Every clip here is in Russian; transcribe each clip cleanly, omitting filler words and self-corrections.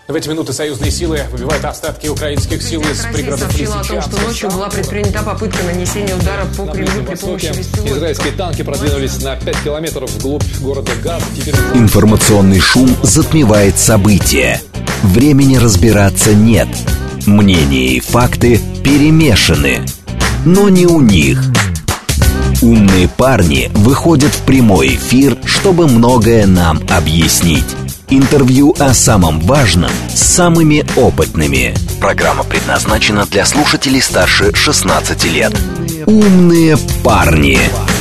В эти минуты союзные силы выбивают остатки украинских сил из пригородов сообщила о том, что ночью была предпринята попытка нанесения удара по Кремлю при помощи беспилотников. Израильские танки продвинулись на 5 километров вглубь города Газа. Информационный шум затмевает события. Времени разбираться нет. Мнения и факты перемешаны. Но не у них. Умные парни выходят в прямой эфир, чтобы многое нам объяснить. Интервью о самом важном с самыми опытными. Программа предназначена для слушателей старше 16 лет. Умные парни.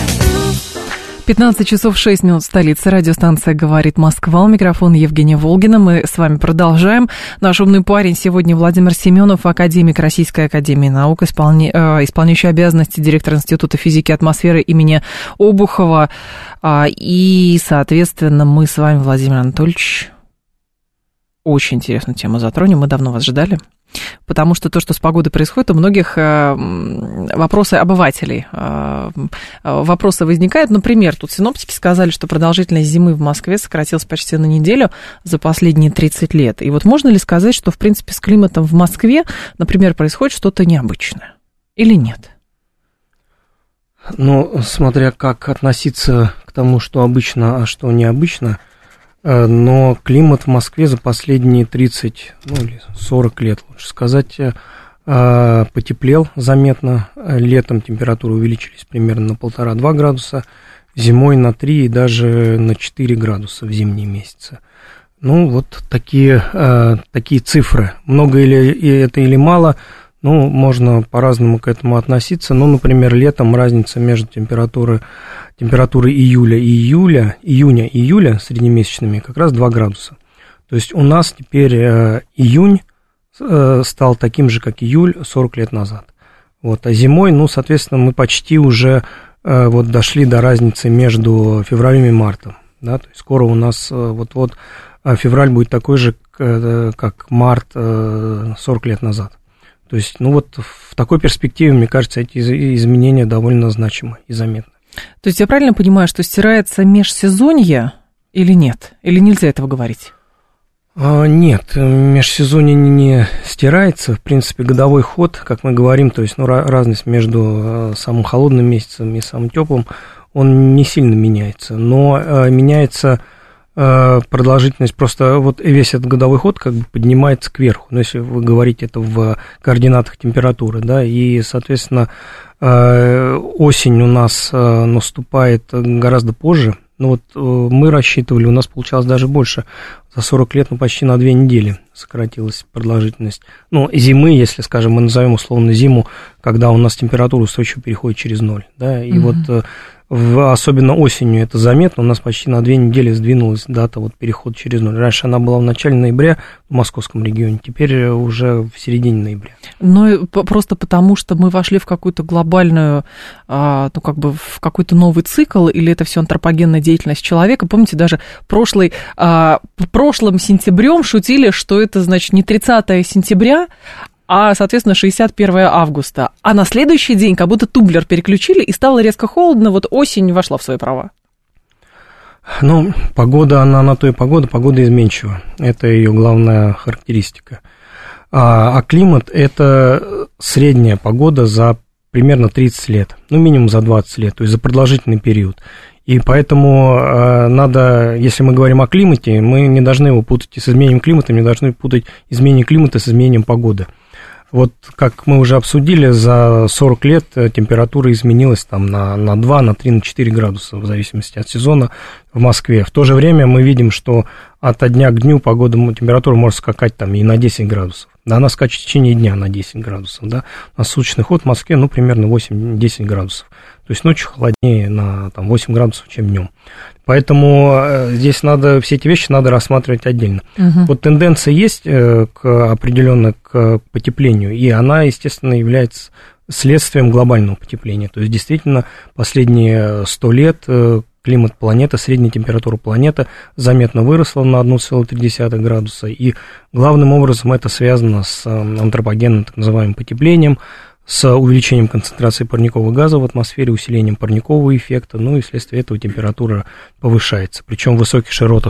15 часов 6 минут в столице. Радиостанция «Говорит Москва». У микрофона Евгения Волгина. Мы с вами продолжаем. Наш умный парень сегодня Владимир Семенов, академик Российской академии наук, исполняющий обязанности директора Института физики и атмосферы имени Обухова. И, соответственно, мы с вами, Владимир Анатольевич, очень интересную тему затронем. Мы давно вас ждали. Потому что то, что с погодой происходит, у многих вопросы обывателей. Вопросы возникают. Например, тут синоптики сказали, что продолжительность зимы в Москве сократилась почти на неделю за последние 30 лет. И вот можно ли сказать, что, в принципе, с климатом в Москве, например, происходит что-то необычное? Или нет? Ну, смотря как относиться к тому, что обычно, а что необычно. Но климат в Москве за последние 30, или 40 лет, лучше сказать, потеплел заметно. Летом температуры увеличились примерно на 1,5-2 градуса, зимой на 3 и даже на 4 градуса в зимние месяцы. Ну, вот такие цифры. Много или мало, ну, можно по-разному к этому относиться. Ну, например, летом разница между температурой июня и июля среднемесячными как раз 2 градуса. То есть у нас теперь июнь стал таким же, как июль 40 лет назад. Вот. А зимой, ну, соответственно, мы почти уже вот дошли до разницы между февралем и мартом. Да? То есть скоро у нас вот февраль будет такой же, как март 40 лет назад. То есть, ну вот в такой перспективе, мне кажется, эти изменения довольно значимы и заметны. То есть я правильно понимаю, что стирается межсезонье или нет? Или нельзя этого говорить? Нет, межсезонье не стирается. В принципе, годовой ход, как мы говорим, то есть разность между самым холодным месяцем и самым теплым, он не сильно меняется. Но меняется продолжительность, просто вот весь этот годовой ход как бы поднимается кверху, ну, если вы говорите это в координатах температуры, да, и, соответственно, осень у нас наступает гораздо позже. Ну вот мы рассчитывали, у нас получалось даже больше, за 40 лет, ну, почти на 2 недели сократилась продолжительность. Ну, зимы, если, скажем, мы назовем условно зиму, когда у нас температура устойчиво переходит через 0, да, и вот особенно осенью это заметно, у нас почти на 2 недели сдвинулась дата вот перехода через 0. Раньше она была в начале ноября в московском регионе, теперь уже в середине ноября. Ну, просто потому, что мы вошли в какую-то глобальную, ну, как бы в какой-то новый цикл, или это все антропогенная деятельность человека. Помните, даже прошлым сентябрем шутили, что это, значит, не 30 сентября, а, соответственно, 61 августа. А на следующий день как будто тумблер переключили, и стало резко холодно, вот осень вошла в свои права. Ну, погода, она на то и погода изменчива. Это ее главная характеристика. А климат – это средняя погода за примерно 30 лет, ну, минимум за 20 лет, то есть за продолжительный период. И поэтому надо, если мы говорим о климате, мы не должны его путать с изменением климата, не должны путать изменение климата с изменением погоды. Вот, как мы уже обсудили, за 40 лет температура изменилась там на 2, на 3, на 4 градуса, в зависимости от сезона в Москве. В то же время мы видим, что от дня к дню температура может скакать там и на 10 градусов. Да, она скачет в течение дня на 10 градусов, да. На суточный ход в Москве, ну, примерно 8-10 градусов. То есть ночью холоднее на там, 8 градусов, чем днем. Поэтому здесь надо, все эти вещи надо рассматривать отдельно. Вот тенденция есть определенно к потеплению, и она, естественно, является следствием глобального потепления. То есть, действительно, последние 100 лет климат планеты, средняя температура планеты заметно выросла на 1,3 градуса, и главным образом это связано с антропогенным, так называемым, потеплением, с увеличением концентрации парниковых газов в атмосфере, усилением парникового эффекта, ну и вследствие этого температура повышается. Причем в высоких широтах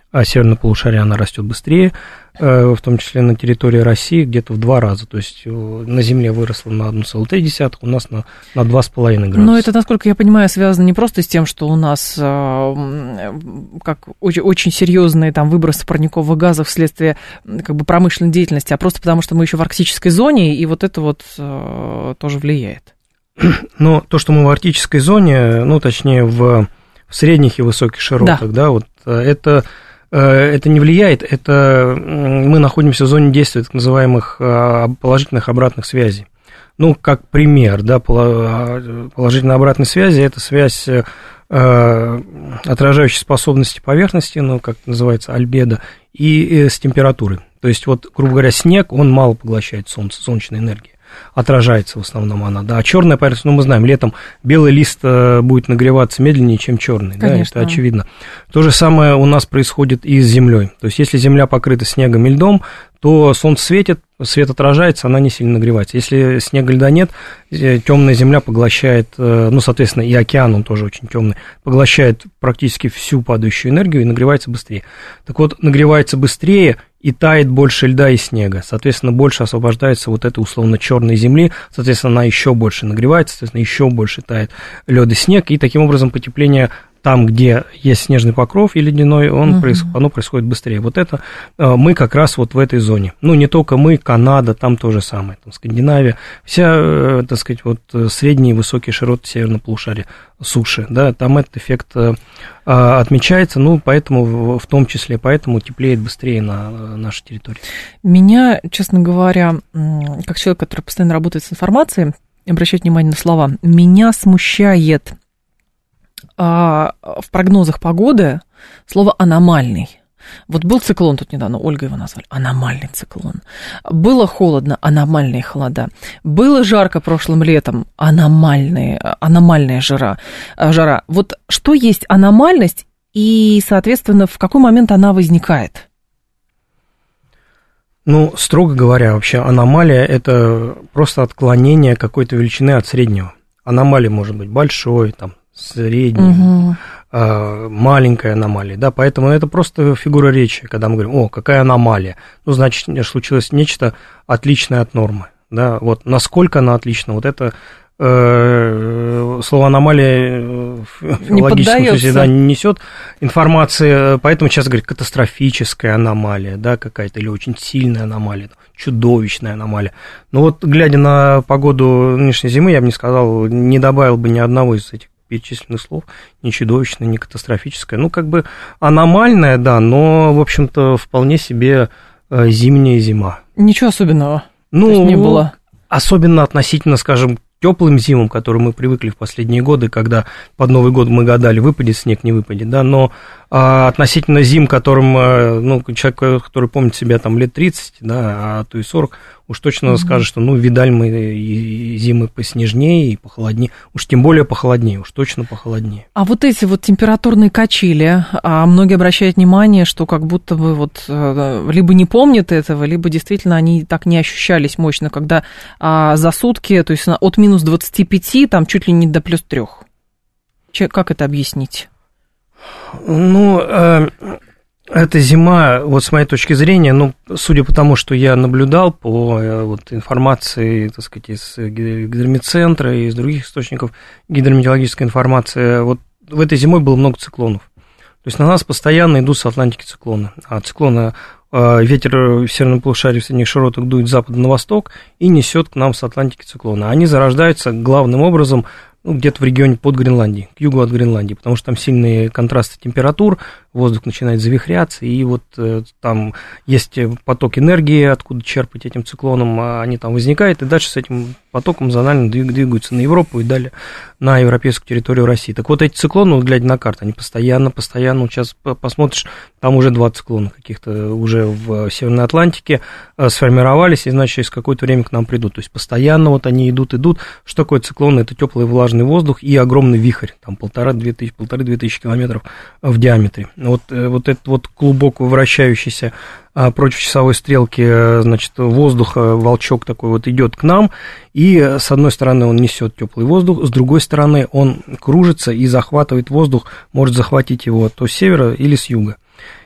а северное полушарие она растет быстрее, в том числе на территории России где-то в 2 раза. То есть на Земле выросла на 1,3, у нас на 2,5 градуса. Но это, насколько я понимаю, связано не просто с тем, что у нас как очень серьезные там выбросы парниковых газов вследствие как бы промышленной деятельности, а просто потому, что мы еще в арктической зоне, и вот это вот тоже влияет. Но то, что мы в арктической зоне, ну, точнее, в средних и высоких широтах, да вот это не влияет, это мы находимся в зоне действия так называемых положительных обратных связей. Ну, как пример, да, положительной обратной связи – это связь отражающей способности поверхности, ну, как называется, альбедо, и с температурой. То есть, вот, грубо говоря, снег, он мало поглощает солнечной энергии. Отражается в основном она, да, а черная поверхность, ну, мы знаем, летом белый лист будет нагреваться медленнее, чем черный, да, это очевидно. То же самое у нас происходит и с землей, то есть если земля покрыта снегом и льдом, то солнце светит, свет отражается, она не сильно нагревается. Если снега и льда нет, темная земля поглощает, ну, соответственно, и океан, он тоже очень темный, поглощает практически всю падающую энергию и нагревается быстрее. Так вот, нагревается быстрее и тает больше льда и снега, соответственно, больше освобождается вот этой условно черной земли, соответственно, она еще больше нагревается, соответственно, еще больше тает лед и снег, и таким образом потепление там, где есть снежный покров и ледяной, оно происходит быстрее. Вот это мы как раз вот в этой зоне. Ну, не только мы, Канада, там то же самое, там Скандинавия, вся, так сказать, вот средние и высокие широты северного полушария суши, да, там этот эффект отмечается, ну, поэтому, в том числе, поэтому теплеет быстрее на нашей территории. Меня, честно говоря, как человек, который постоянно работает с информацией, обращать внимание на слова, меня смущает в прогнозах погоды слово «аномальный». Вот был циклон тут недавно, Ольга его назвали, аномальный циклон. Было холодно, аномальные холода. Было жарко прошлым летом, аномальная жара. Вот что есть аномальность и, соответственно, в какой момент она возникает? Ну, строго говоря, вообще аномалия – это просто отклонение какой-то величины от среднего. Аномалия может быть большой, там, средняя, маленькая аномалия, да, поэтому это просто фигура речи, когда мы говорим, о, какая аномалия, ну, значит, случилось нечто отличное от нормы, да, вот, насколько она отлична, вот это слово аномалия в логическом смысле, да, не несет информации, поэтому сейчас говорят катастрофическая аномалия, да, какая-то, или очень сильная аномалия, чудовищная аномалия. Но вот, глядя на погоду нынешней зимы, я бы не сказал, не добавил бы ни одного из этих перечисленных слов, ни чудовищная, ни катастрофическая. Ну, как бы аномальная, да, но, в общем-то, вполне себе зимняя зима. Ничего особенного, ну, не было. Особенно относительно, скажем, теплым зимам, к которым мы привыкли в последние годы, когда под Новый год мы гадали, выпадет снег, не выпадет, да, но относительно зим, которым, ну, человек, который помнит себя там лет 30, да, а то и 40, уж точно скажет, что, ну, видали мы и зимы поснежнее, и похолоднее, уж тем более похолоднее, уж точно похолоднее. А вот эти вот температурные качели, многие обращают внимание, что как будто бы вот либо не помнят этого, либо действительно они так не ощущались мощно, когда за сутки, то есть от минус 25, там чуть ли не до плюс 3. Как это объяснить? Ну, эта зима, вот с моей точки зрения, ну, судя по тому, что я наблюдал по вот, информации, так сказать, из гидрометцентра и из других источников гидрометеорологической информации, вот в этой зимой было много циклонов. То есть на нас постоянно идут с Атлантики циклоны. А циклоны, ветер в северном полушарии в средних широтах дует с запада на восток и несет к нам с Атлантики циклоны. Они зарождаются главным образом, ну, где-то в регионе под Гренландией, к югу от Гренландии, потому что там сильные контрасты температур, воздух начинает завихряться, и вот там есть поток энергии, откуда черпать этим циклоном, они там возникают, и дальше с этим потоком зонально двигаются на Европу и далее на европейскую территорию России. Так вот, эти циклоны, вот, глядя на карту, они постоянно, вот сейчас посмотришь, там уже 2 циклона каких-то уже в Северной Атлантике сформировались, и, значит, через какое-то время к нам придут. То есть постоянно вот они идут. Что такое циклон? Это теплый влажный воздух и огромный вихрь, там 1,5-2 тысячи километров в диаметре. Вот этот вот клубок вращающийся против часовой стрелки, значит, воздуха, волчок такой вот идет к нам, и с одной стороны он несет теплый воздух, с другой стороны он кружится и захватывает воздух, может захватить его то с севера или с юга.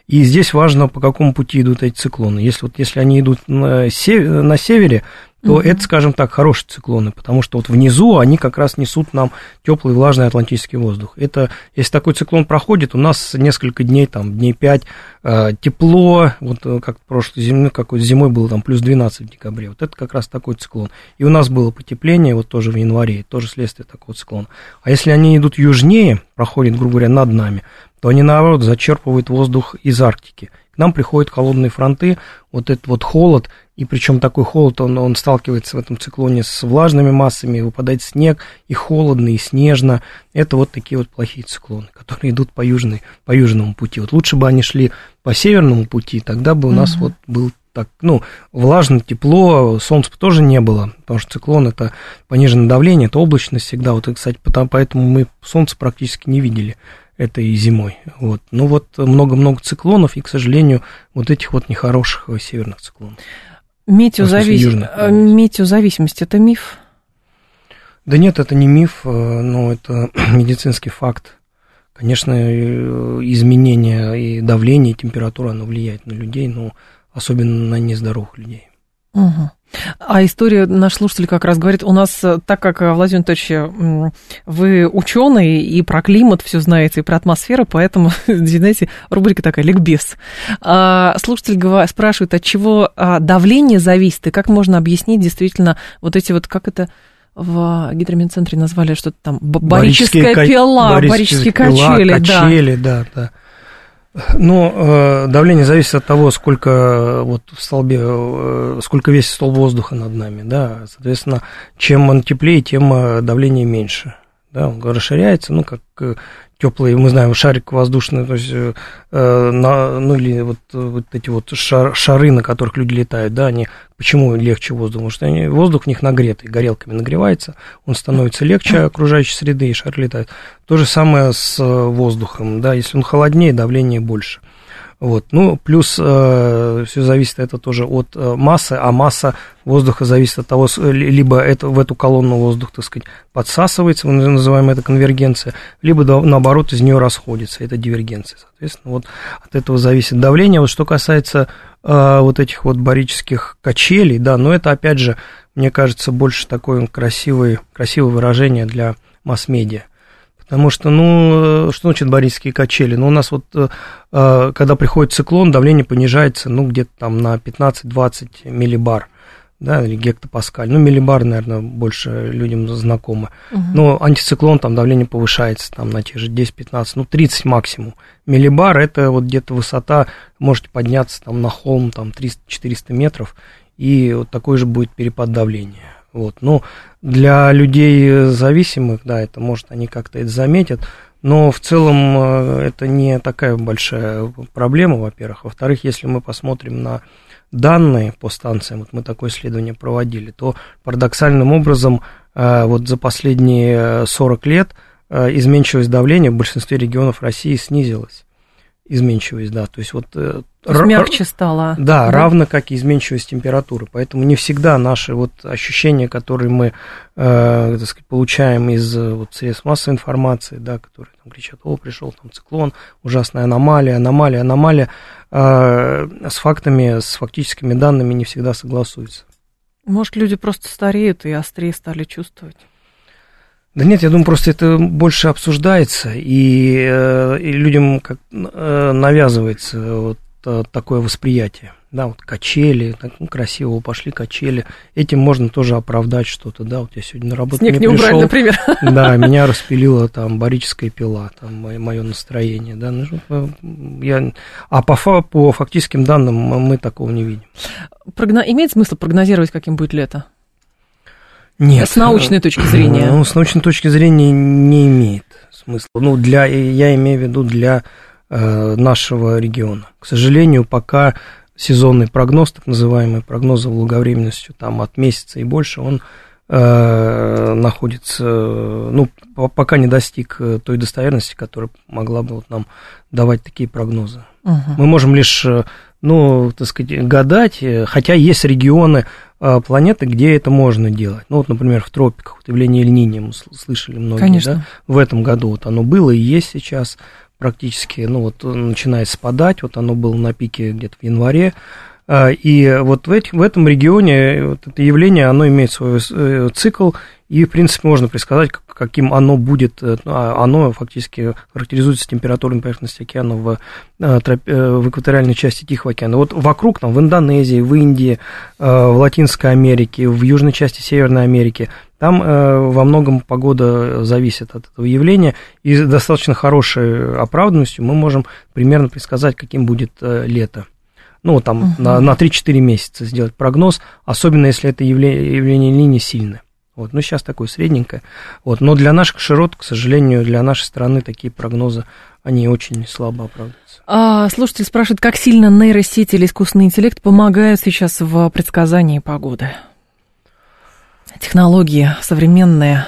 И здесь важно, по какому пути идут эти циклоны. Если они идут на севере, то это, скажем так, хорошие циклоны, потому что вот внизу они как раз несут нам теплый влажный атлантический воздух. Это, если такой циклон проходит, у нас несколько дней, там, дней 5, тепло, вот как прошлой зимой, какой-то зимой было там плюс 12 в декабре, вот это как раз такой циклон. И у нас было потепление, вот тоже в январе, тоже следствие такого циклона. А если они идут южнее, проходят, грубо говоря, над нами, то они, наоборот, зачерпывают воздух из Арктики. К нам приходят холодные фронты, вот этот вот холод, и причем такой холод, он сталкивается в этом циклоне с влажными массами, выпадает снег, и холодно, и снежно. Это вот такие вот плохие циклоны, которые идут по южному пути. Вот лучше бы они шли по северному пути, тогда бы у нас вот был так, влажно, тепло, солнца тоже не было, потому что циклон — это пониженное давление, это облачность всегда. Вот, кстати, поэтому мы солнце практически не видели этой зимой. Вот. Ну вот много-много циклонов, и, к сожалению, вот этих вот нехороших северных циклонов. Метеозависимость – это миф? Да нет, это не миф, но это медицинский факт. Конечно, изменение и давление, и температура, оно влияет на людей, но особенно на нездоровых людей. Угу. А история, наш слушатель как раз говорит, у нас, так как, Владимир Анатольевич, вы ученый и про климат все знаете, и про атмосферу, поэтому, знаете, рубрика такая, ликбез. Слушатель спрашивает, от чего давление зависит, и как можно объяснить действительно вот эти вот, как это в гидромедцентре назвали, что-то там, барическая пила, барические качели, да. Но давление зависит от того, сколько вот в столбе, сколько весит столб воздуха над нами, да, соответственно, чем он теплее, тем давление меньше, да, он расширяется, как теплый, мы знаем, шарик воздушный, то есть, или вот эти вот шары, на которых люди летают, да, они, почему легче воздух, потому что воздух в них нагретый, горелками нагревается, он становится легче окружающей среды, и шар летает. То же самое с воздухом, да, если он холоднее, давление больше. Вот. Плюс все зависит это тоже от массы, а масса воздуха зависит от того, либо в эту колонну воздух, так сказать, подсасывается, мы называем это конвергенция, либо наоборот из нее расходится, это дивергенция. Соответственно, вот от этого зависит давление. Вот что касается вот этих вот барических качелей, да, но это опять же, мне кажется, больше такое красивое выражение для масс-медиа. Потому что, что значит барические качели? У нас вот, когда приходит циклон, давление понижается, где-то там на 15-20 миллибар, да, или гектопаскаль. Миллибар, наверное, больше людям знакомо. Но антициклон, там давление повышается там на те же 10-15, 30 максимум. Миллибар – это вот где-то высота, можете подняться там на холм, там 300-400 метров, и вот такой же будет перепад давления. Вот. Для людей зависимых, да, это может они как-то это заметят, но в целом это не такая большая проблема, во-первых. Во-вторых, если мы посмотрим на данные по станциям, вот мы такое исследование проводили, то парадоксальным образом вот за последние 40 лет изменчивость давления в большинстве регионов России снизилась. Изменчивость, да, то есть вот... мягче стало. Да, равно как и изменчивость температуры, поэтому не всегда наши вот ощущения, которые мы, так сказать, получаем из вот средств массовой информации, да, которые там кричат, пришел там циклон, ужасная аномалия, с фактами, с фактическими данными не всегда согласуются. Может, люди просто стареют и острее стали чувствовать? Да нет, я думаю, просто это больше обсуждается, и людям как навязывается вот такое восприятие. Да, вот качели, так, красиво пошли качели. Этим можно тоже оправдать что-то, да, вот я сегодня на работу снег не пришел, убрали, например. Да, меня распилила там барическая пила, там мое настроение, да. По фактическим данным мы такого не видим. Имеет смысл прогнозировать, каким будет лето? Нет. С научной точки зрения? С научной точки зрения не имеет смысла. Я имею в виду для нашего региона. К сожалению, пока сезонный прогноз, так называемый прогноз за благовременностью, там от месяца и больше, он находится, пока не достиг той достоверности, которая могла бы нам давать такие прогнозы. Мы можем лишь, так сказать, гадать, хотя есть регионы планеты, где это можно делать. Например, в тропиках, явление Эль-Ниньо, мы слышали многие, да? В этом году вот оно было и есть сейчас. практически, начинает спадать, вот оно было на пике где-то в январе, и вот в этом регионе вот это явление, оно имеет свой цикл, и, в принципе, можно предсказать, каким оно будет. Оно фактически характеризуется температурой поверхности океана в экваториальной части Тихого океана. Вот вокруг, там, в Индонезии, в Индии, в Латинской Америке, в южной части Северной Америки, там во многом погода зависит от этого явления, и с достаточно хорошей оправданностью мы можем примерно предсказать, каким будет лето. Там на 3-4 месяца сделать прогноз, особенно если это явление линии сильное. Сейчас такое средненькое. Но для наших широт, к сожалению, для нашей страны такие прогнозы, они очень слабо оправдываются. Слушатель спрашивает, как сильно нейросети или искусственный интеллект помогают сейчас в предсказании погоды? Технологии современные.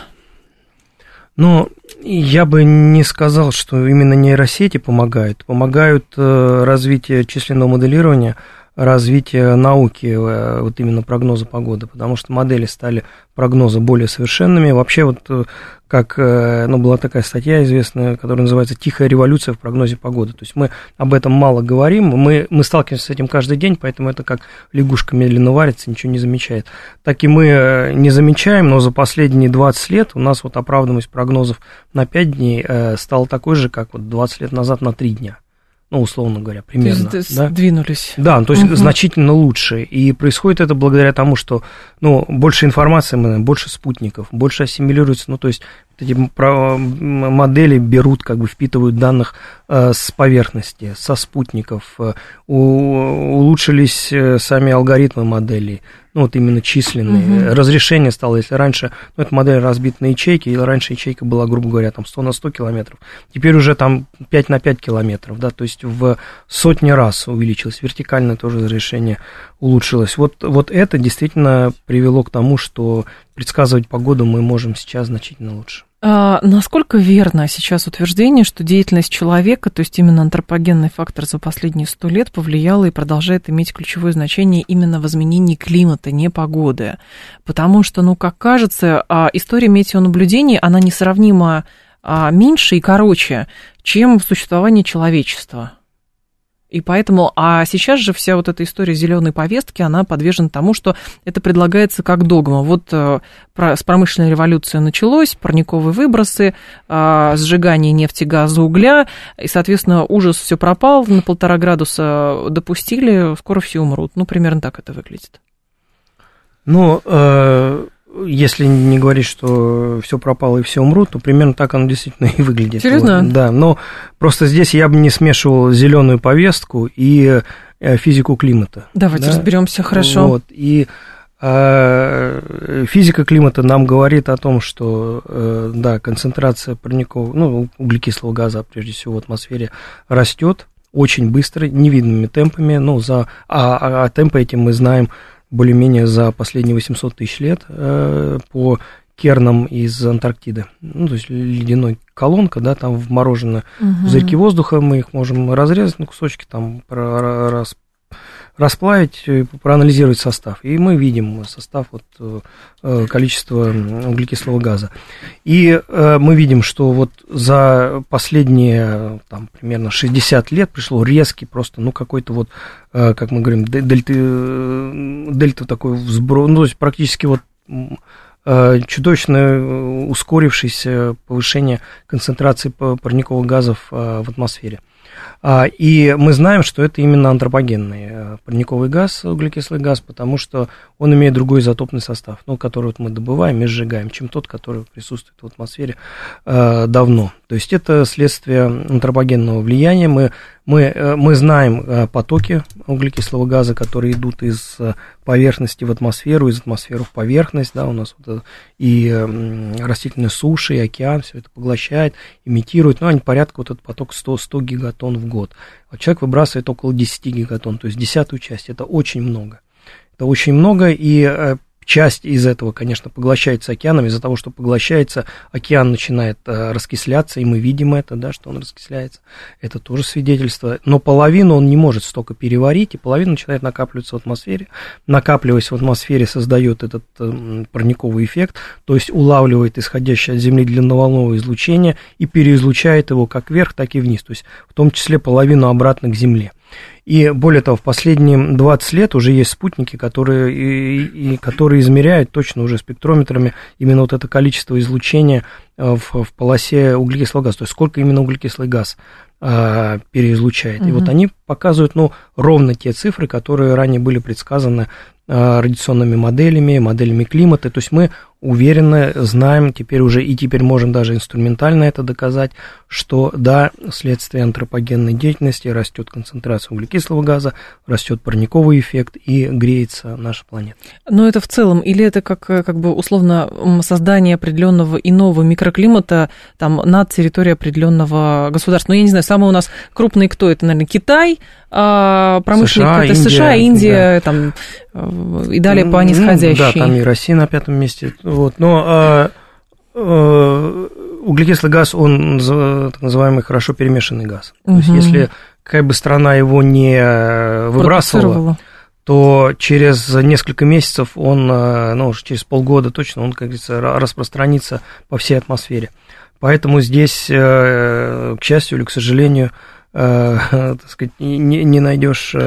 Я бы не сказал, что именно нейросети помогают. Помогают развитие численного моделирования, развитие науки, вот именно прогноза погоды, потому что модели стали прогноза более совершенными. Вообще, как была такая статья известная, которая называется «Тихая революция в прогнозе погоды». То есть мы об этом мало говорим, мы сталкиваемся с этим каждый день, поэтому это как лягушка медленно варится, ничего не замечает. Так и мы не замечаем, но за последние 20 лет у нас оправданность прогнозов на 5 дней стала такой же, как 20 лет назад на 3 дня. Условно говоря, примерно. То есть сдвинулись. Да, то есть значительно лучше. И происходит это благодаря тому, что больше информации, больше спутников, больше ассимилируется. То есть эти модели берут, впитывают данных с поверхности, со спутников. Улучшились сами алгоритмы моделей. Именно численные. Разрешение стало, если раньше, эта модель разбита на ячейки, и раньше ячейка была, грубо говоря, 100 на 100 километров, теперь уже 5 на 5 километров, да, то есть в сотни раз увеличилось, вертикальное тоже разрешение улучшилось. Вот это действительно привело к тому, что предсказывать погоду мы можем сейчас значительно лучше. Насколько верно сейчас утверждение, что деятельность человека, то есть именно антропогенный фактор за последние 100 лет повлияла и продолжает иметь ключевое значение именно в изменении климата, не погоды? Потому что, как кажется, история метеонаблюдений, она несравнимо меньше и короче, чем существование человечества. И поэтому, сейчас же вся эта история зеленой повестки, она подвержена тому, что это предлагается как догма. С промышленной революции началось, парниковые выбросы, сжигание нефти, газа, угля, и, соответственно, ужас, все пропал, на 1,5 градуса допустили, скоро все умрут. Примерно так это выглядит. Если не говорить, что все пропало и все умрут, то примерно так оно действительно и выглядит. Серьезно? Да, но просто здесь я бы не смешивал зеленую повестку и физику климата. Давайте разберемся, хорошо. И физика климата нам говорит о том, что концентрация парникового, углекислого газа, прежде всего, в атмосфере растет очень быстро, невидимыми темпами, а темпы эти мы знаем более-менее за последние 800 тысяч лет по кернам из Антарктиды. То есть ледяной колонка, да, там вморожены пузырьки воздуха, мы их можем разрезать на кусочки, там расплавить, проанализировать состав. И мы видим состав, количество углекислого газа. И мы видим, что за последние примерно 60 лет пришло резкий просто, какой-то как мы говорим, дельта такой взброс, то есть практически чудовищно ускорившееся повышение концентрации парниковых газов в атмосфере. И мы знаем, что это именно антропогенный парниковый газ, углекислый газ, потому что он имеет другой изотопный состав, который мы добываем и сжигаем, чем тот, который присутствует в атмосфере давно. То есть это следствие антропогенного влияния. Мы знаем потоки углекислого газа, которые идут из поверхности в атмосферу, из атмосферы в поверхность, да, у нас и растительные суши, и океан все это поглощает, имитирует, они порядка этот поток 100 гигатонн в год. А человек выбрасывает около 10 гигатонн, то есть 10-ую часть, это очень много. Это очень много, и Часть из этого, конечно, поглощается океаном. Из-за того, что поглощается, океан начинает раскисляться, и мы видим это, да, что он раскисляется. Это тоже свидетельство. Но половину он не может столько переварить, и половина начинает накапливаться в атмосфере. Накапливаясь в атмосфере, создает этот парниковый эффект, то есть улавливает исходящее от Земли длинноволновое излучение и переизлучает его как вверх, так и вниз, то есть в том числе половину обратно к Земле. И более того, в последние 20 лет уже есть спутники, которые измеряют точно уже спектрометрами именно вот это количество излучения в полосе углекислого газа, то есть сколько именно углекислый газ переизлучает. И вот они показывают, ровно те цифры, которые ранее были предсказаны радиационными моделями климата. То есть мы уверенно знаем теперь уже, и теперь можем даже инструментально это доказать, что да, вследствие антропогенной деятельности растет концентрация углекислого газа, растет парниковый эффект и греется наша планета. Но это в целом, или это как бы условно создание определенного иного микроклимата там над территорией определенного государства? Я не знаю, самый у нас крупный кто? Это, наверное, Китай, промышленник, это США, Индия, да. Там, и далее по нисходящей. Да, там и Россия на 5-м месте. Вот. Но углекислый газ, он так называемый хорошо перемешанный газ. То есть если какая бы страна его не выбрасывала, то через несколько месяцев он, через полгода точно, он, как говорится, распространится по всей атмосфере. Поэтому здесь, к счастью или к сожалению, так сказать, не найдешь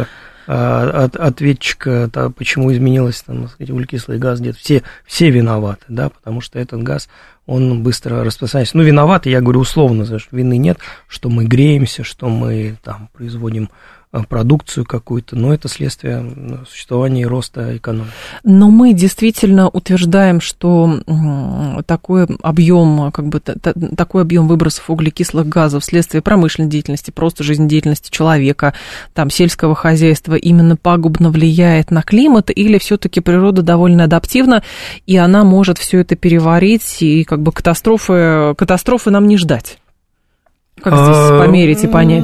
ответчика, почему изменилось там, так сказать, углекислый газ, где-то все виноваты, да, потому что этот газ, он быстро распространяется. Виноваты, я говорю условно, потому что вины нет, что мы греемся, что мы там производим продукцию какую-то, но это следствие существования и роста экономики. Но мы действительно утверждаем, что такой объем выбросов углекислых газов вследствие промышленной деятельности, просто жизнедеятельности человека, там, сельского хозяйства именно пагубно влияет на климат, или все-таки природа довольно адаптивна, и она может все это переварить, и как бы катастрофы нам не ждать? Как здесь померить и понять?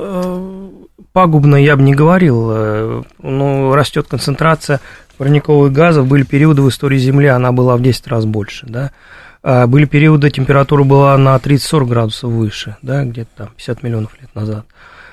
Пагубно я бы не говорил, растет концентрация парниковых газов, были периоды в истории Земли, она была в 10 раз больше, да, были периоды, температура была на 30-40 градусов выше, да, где-то там 50 миллионов лет назад,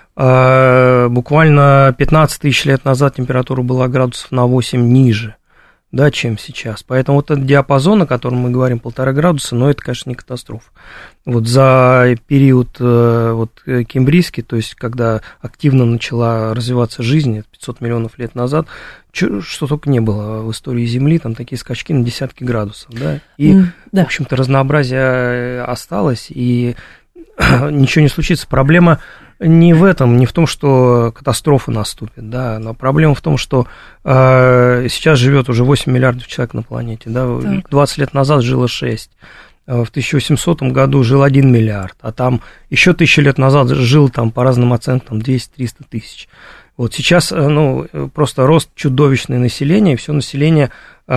буквально 15 тысяч лет назад температура была градусов на 8 ниже, да, чем сейчас. Поэтому вот этот диапазон, о котором мы говорим, 1,5 градуса, это, конечно, не катастрофа. Вот за период кембрийский, то есть когда активно начала развиваться жизнь, это 500 миллионов лет назад, что только не было в истории Земли, там такие скачки на десятки градусов, да, и, в общем-то, разнообразие осталось, и ничего не случится. Проблема не в этом, не в том, что катастрофа наступит, да, но проблема в том, что сейчас живет уже 8 миллиардов человек на планете, да, так. 20 лет назад жило 6, в 1800 году жил 1 миллиард, а там еще 1000 лет назад жил там по разным оценкам 200-300 тысяч. Вот сейчас, просто рост чудовищное населения, и все население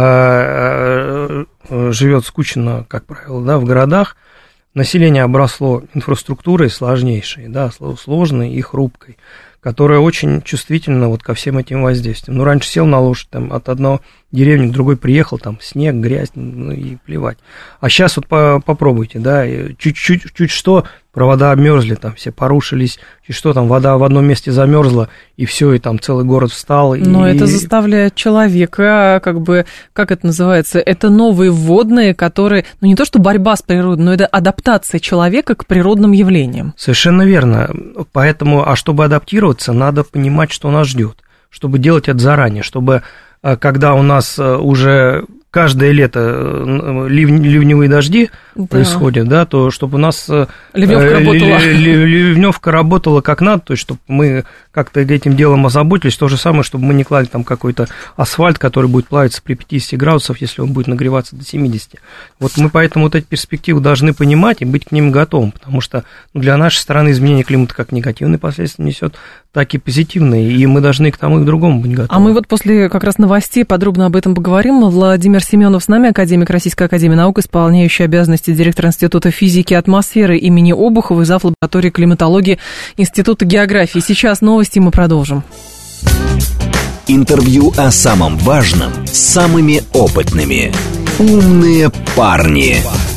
живет скучно, как правило, да, в городах. Население обросло инфраструктурой сложнейшей, да, сложной и хрупкой, которая очень чувствительна вот ко всем этим воздействиям. Раньше сел на лошадь, там, от одной деревни к другой приехал, там, снег, грязь, и плевать. А сейчас вот попробуйте, да, чуть что, провода обмерзли, там, все порушились, чуть что, там, вода в одном месте замерзла, и все, и там целый город встал. Но это заставляет человека, как это называется, это новые вводные, которые, не то что борьба с природой, но это адаптация человека к природным явлениям. Совершенно верно. Поэтому, чтобы адаптироваться, надо понимать, что нас ждет, чтобы делать это заранее, чтобы когда у нас уже каждое лето ливневые дожди происходят, да, то чтобы у нас ливневка работала как надо, то есть чтобы мы как-то этим делом озаботились, то же самое, чтобы мы не клали там какой-то асфальт, который будет плавиться при 50 градусах, если он будет нагреваться до 70. Вот мы поэтому вот эти перспективы должны понимать и быть к ним готовым, потому что для нашей страны изменение климата как негативные последствия несет, так и позитивные, и мы должны к тому и к другому быть готовы. А мы вот после как раз новостей подробно об этом поговорим. Владимир Семенов с нами, академик Российской академии наук, исполняющий обязанности директора Института физики и атмосферы имени Обухова и зав. Лаборатории климатологии Института географии. Сейчас новости, мы продолжим. Интервью о самом важном с самыми опытными. «Умные парни».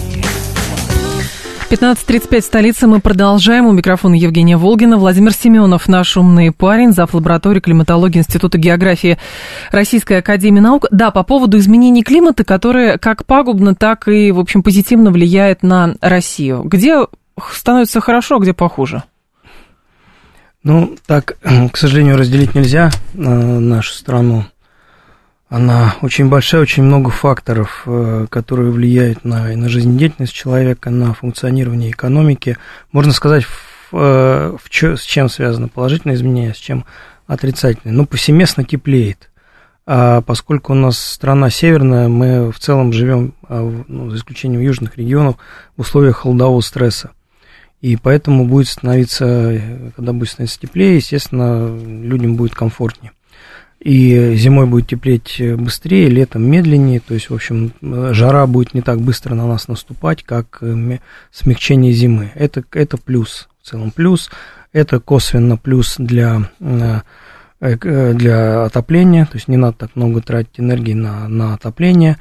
15:35 в столице. Мы продолжаем. У микрофона Евгения Волгина. Владимир Семенов, наш умный парень, зав. Лаборатории климатологии Института географии Российской академии наук. Да, по поводу изменений климата, которые как пагубно, так и, в общем, позитивно влияют на Россию. Где становится хорошо, а где похуже? Ну, так, к сожалению, разделить нельзя нашу страну. Она очень большая, очень много факторов, которые влияют на жизнедеятельность человека, на функционирование экономики. Можно сказать, с чем связано положительное изменение, с чем отрицательное. Ну, повсеместно теплеет. А поскольку у нас страна северная, мы в целом живем, за исключением южных регионов, в условиях холодового стресса. И поэтому будет становиться, когда будет становиться теплее, естественно, людям будет комфортнее. И зимой будет теплеть быстрее, летом медленнее, то есть, в общем, жара будет не так быстро на нас наступать, как смягчение зимы. Это плюс, в целом плюс. Это косвенно плюс для отопления, то есть не надо так много тратить энергии на отопление.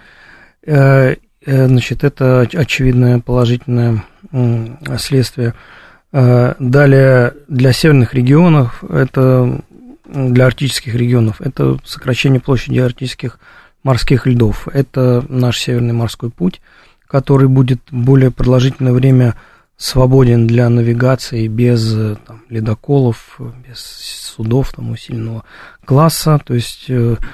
Значит, это очевидное положительное следствие. Далее, для северных регионов это... Для арктических регионов это сокращение площади арктических морских льдов. Это наш Северный морской путь, который будет более продолжительное время свободен для навигации без ледоколов, без судов усиленного класса. То есть,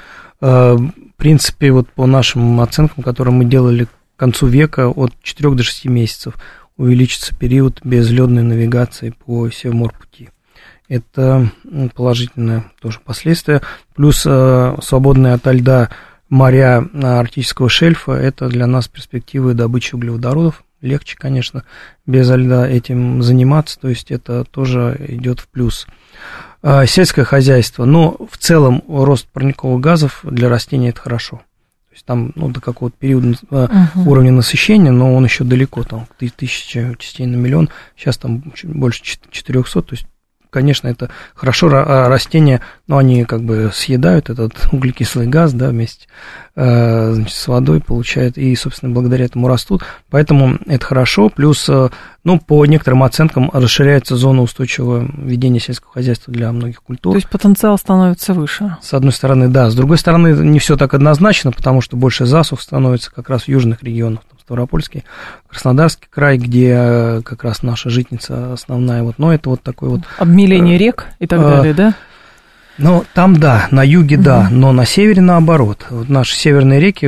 в принципе, вот по нашим оценкам, которые мы делали к концу века, от 4 до 6 месяцев увеличится период безледной навигации по Севморпути. Это положительное тоже последствие. Плюс свободные ото льда моря арктического шельфа, это для нас перспективы добычи углеводородов. Легче, конечно, без льда этим заниматься, то есть это тоже идет в плюс. Сельское хозяйство, но в целом рост парниковых газов для растений это хорошо. То есть там до какого-то периода уровня насыщения, но он еще далеко, там 1000 частей на миллион, сейчас там больше 400, то есть конечно, это хорошо, растения, но они как бы съедают этот углекислый газ, да, вместе значит, с водой получают, и, собственно, благодаря этому растут, поэтому это хорошо, плюс, по некоторым оценкам расширяется зона устойчивого ведения сельского хозяйства для многих культур. То есть потенциал становится выше? С одной стороны, да, с другой стороны, не все так однозначно, потому что больше засух становится как раз в южных регионах, Ставропольский, Краснодарский край, где как раз наша житница основная, но это вот такой вот... Обмеление рек и так далее, да? Ну, там да, на юге да, но на севере наоборот. Вот наши северные реки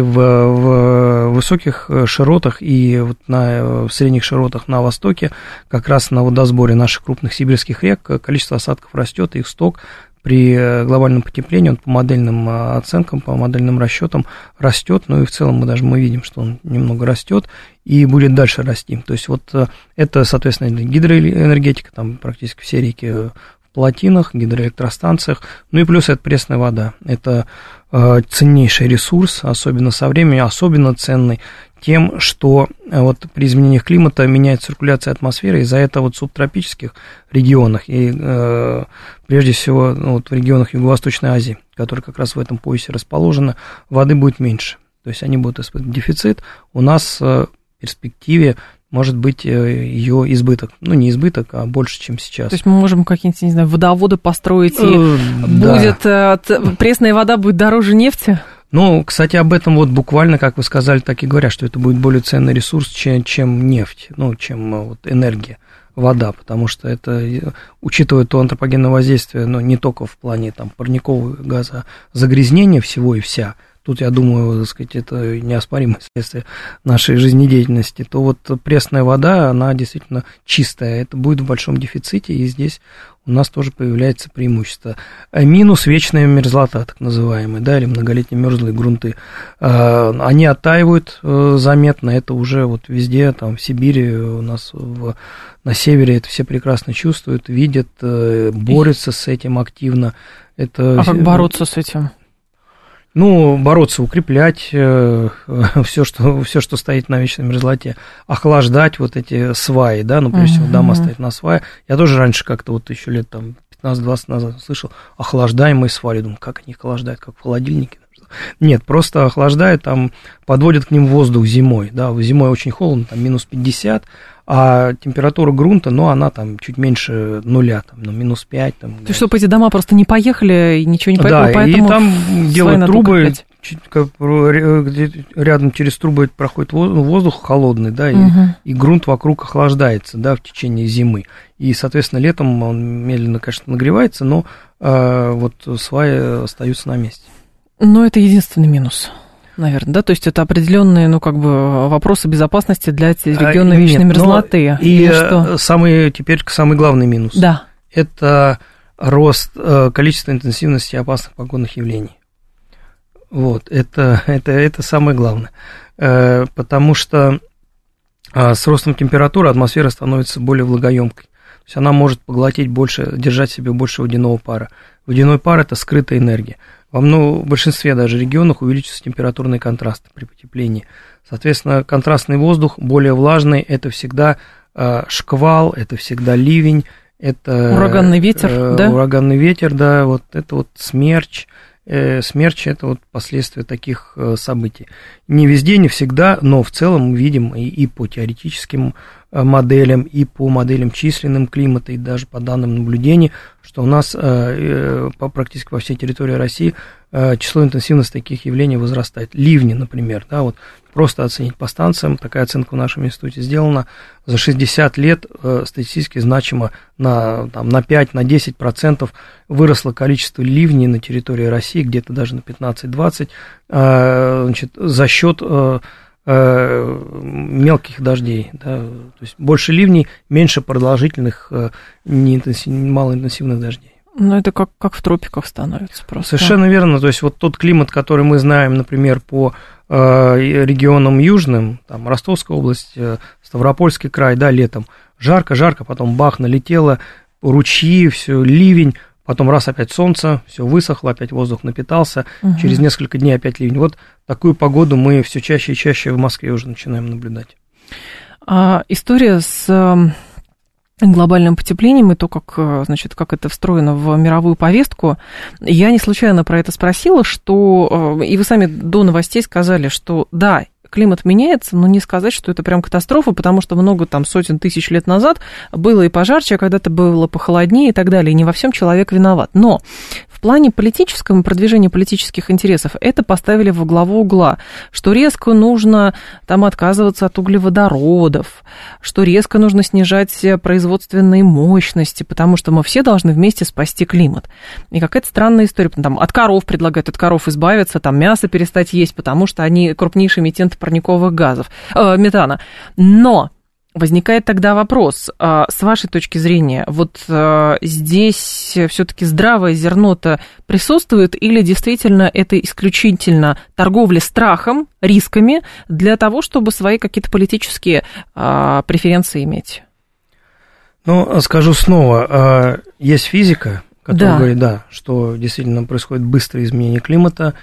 в высоких широтах и вот в средних широтах на востоке, как раз на водосборе наших крупных сибирских рек, количество осадков растет, их сток при глобальном потеплении, он по модельным оценкам, по модельным расчетам растет, и в целом мы видим, что он немного растет и будет дальше расти. То есть вот это, соответственно, гидроэнергетика, там практически все реки в плотинах, гидроэлектростанциях, и плюс это пресная вода. Это ценнейший ресурс, особенно со временем, особенно ценный тем, что вот при изменениях климата меняется циркуляция атмосферы, и за это вот в субтропических регионах, и прежде всего в регионах Юго-Восточной Азии, которые как раз в этом поясе расположены, воды будет меньше. То есть они будут испытывать дефицит. У нас в перспективе может быть ее избыток. Не избыток, а больше, чем сейчас. То есть мы можем какие-нибудь, не знаю, водоводы построить, и будет пресная вода будет дороже нефти? Кстати, об этом вот буквально, как вы сказали, так и говорят, что это будет более ценный ресурс, чем нефть, чем энергия, вода, потому что это, учитывая то антропогенное воздействие, не только в плане парникового газа, загрязнения всего и вся, тут, я думаю, так сказать, это неоспоримое следствие нашей жизнедеятельности, то вот пресная вода, она действительно чистая, это будет в большом дефиците, и здесь у нас тоже появляется преимущество. Минус вечная мерзлота, так называемая, или многолетние мерзлые грунты. Они оттаивают заметно, это уже вот везде, в Сибири, у нас на севере это все прекрасно чувствуют, видят, борются с этим активно. А как бороться с этим? Бороться, укреплять все, что стоит на вечной мерзлоте, охлаждать вот эти сваи, прежде всего дома стоят на свае. Я тоже раньше как-то еще лет 15-20 назад слышал, охлаждаемые свали. Думаю, как они охлаждают, как в холодильнике? Нет, просто охлаждают, там подводят к ним воздух зимой, да, зимой очень холодно, там минус 50, а температура грунта, ну, она там чуть меньше нуля, там, ну, минус 5. Там, то есть, чтобы эти дома просто не поехали и ничего не поехало, да, поэтому... и там делают трубы, рядом через трубы проходит воздух холодный, да, и грунт вокруг охлаждается, да, в течение зимы. И, соответственно, летом он медленно, конечно, нагревается, но вот сваи остаются на месте. Но это единственный минус, наверное, да? То есть это определенные, ну, как бы, вопросы безопасности для региона вечной мерзлоты. И теперь самый главный минус. Да. Это рост количества интенсивности опасных погодных явлений. Вот, это самое главное. Потому что с ростом температуры атмосфера становится более влагоемкой. То есть она может поглотить больше, держать в себе больше водяного пара. Водяной пар – это скрытая энергия. В большинстве даже регионов увеличатся температурные контрасты при потеплении. Соответственно, контрастный воздух, более влажный, это всегда шквал, это всегда ливень, это... Ураганный ветер, да? Ураганный ветер, да, вот это вот смерч. Смерч – это вот последствия таких событий. Не везде, не всегда, но в целом мы видим и по теоретическим моделям, и по моделям численным климата, и даже по данным наблюдений, что у нас практически по всей территории России число интенсивности таких явлений возрастает. Ливни, например, да, вот просто оценить по станциям, такая оценка в нашем институте сделана, за 60 лет статистически значимо на 5-10% выросло количество ливней на территории России, где-то даже на 15-20%, значит, за счет мелких дождей, да, то есть больше ливней, меньше продолжительных, малоинтенсивных дождей. Ну, это как в тропиках становится просто. Совершенно верно, то есть вот тот климат, который мы знаем, например, по регионам южным, там Ростовская область, Ставропольский край, да, летом жарко, потом бах, налетело, ручьи, все, ливень, потом раз опять солнце, все высохло, опять воздух напитался, через несколько дней опять ливень. Вот такую погоду мы все чаще и чаще в Москве уже начинаем наблюдать. История с глобальным потеплением и то, как, значит, как это встроено в мировую повестку, я не случайно про это спросила, что, и вы сами до новостей сказали, что да, климат меняется, но не сказать, что это прям катастрофа, потому что много там сотен тысяч лет назад было и пожарче, а когда-то было похолоднее и так далее, и не во всем человек виноват. Но в плане политическом, продвижения политических интересов это поставили во главу угла, что резко нужно там отказываться от углеводородов, что резко нужно снижать производственные мощности, потому что мы все должны вместе спасти климат. И какая-то странная история, там от коров предлагают, от коров избавиться, там мясо перестать есть, потому что они крупнейшие эмитенты парниковых газов, метана. Но возникает тогда вопрос, с вашей точки зрения, вот здесь все-таки здравое зерно-то присутствует или действительно это исключительно торговля страхом, рисками для того, чтобы свои какие-то политические преференции иметь? Ну, скажу снова, есть физика, которая говорит, да, что действительно происходит быстрое изменение климата,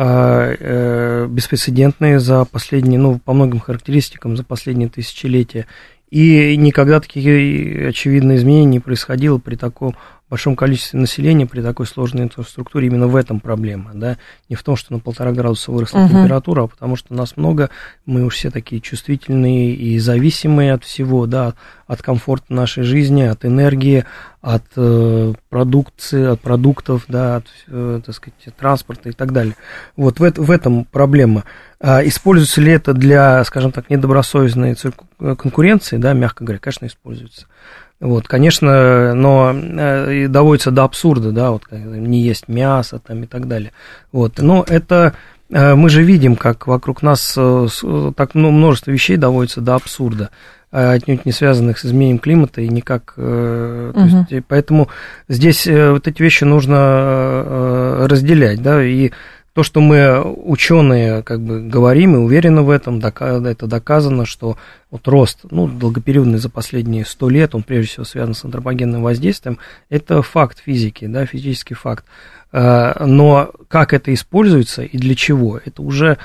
беспрецедентные за последние, ну, по многим характеристикам, за последние тысячелетия. И никогда такие очевидные изменения не происходило при таком большом количестве населения, при такой сложной инфраструктуре. Именно в этом проблема, да, не в том, что на 1,5 градуса выросла температура, а потому что нас много, мы уж все такие чувствительные и зависимые от всего, да, от комфорта нашей жизни, от энергии, от продукции, от продуктов, да, от, так сказать, транспорта и так далее. Вот в этом проблема. Используется ли это для, скажем так, недобросовестной конкуренции, да, мягко говоря, конечно, используется. Вот, конечно, но доводится до абсурда, да, вот не есть мясо там и так далее. Вот, но это мы же видим, как вокруг нас так множество вещей доводится до абсурда, отнюдь не связанных с изменением климата и никак. То есть, поэтому здесь вот эти вещи нужно разделять, да, и то, что мы, ученые, как бы говорим и уверены в этом, это доказано, что вот рост, ну, долгопериодный за последние 100 лет, он прежде всего связан с антропогенным воздействием, это факт физики, да, физический факт. Но как это используется и для чего, это уже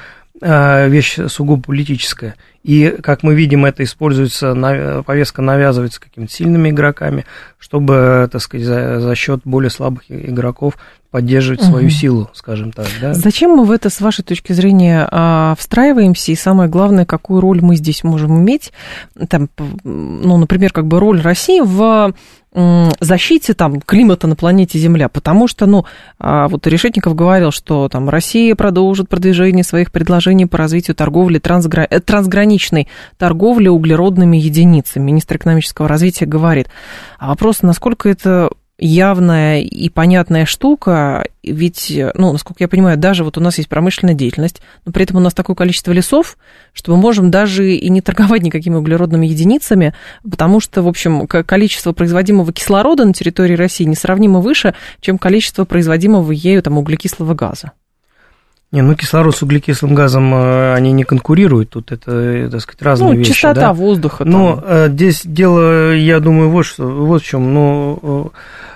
вещь сугубо политическая. И, как мы видим, это используется, повестка навязывается какими-то сильными игроками, чтобы, так сказать, за счет более слабых игроков поддерживать свою силу, скажем так. Да? Зачем мы в это, с вашей точки зрения, встраиваемся? И самое главное, какую роль мы здесь можем иметь? Там, ну, например, как бы роль России в защите там, климата на планете Земля, потому что, ну, вот Решетников говорил, что там Россия продолжит продвижение своих предложений по развитию торговли, трансграничной торговли углеродными единицами. Министр экономического развития говорит. А вопрос, насколько это явная и понятная штука, ведь, ну, насколько я понимаю, даже вот у нас есть промышленная деятельность, но при этом у нас такое количество лесов, что мы можем даже и не торговать никакими углеродными единицами, потому что, в общем, количество производимого кислорода на территории России несравнимо выше, чем количество производимого ею там углекислого газа. Не, ну кислород с углекислым газом, они не конкурируют, тут это, так сказать, разные вещи. Чистота да? воздуха. Но здесь дело, я думаю, вот в чем. Ну,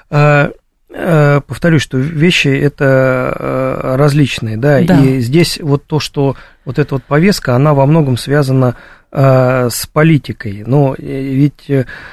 повторюсь, что вещи это различные, да, и здесь вот то, что вот эта вот повестка, она во многом связана с политикой. Но ведь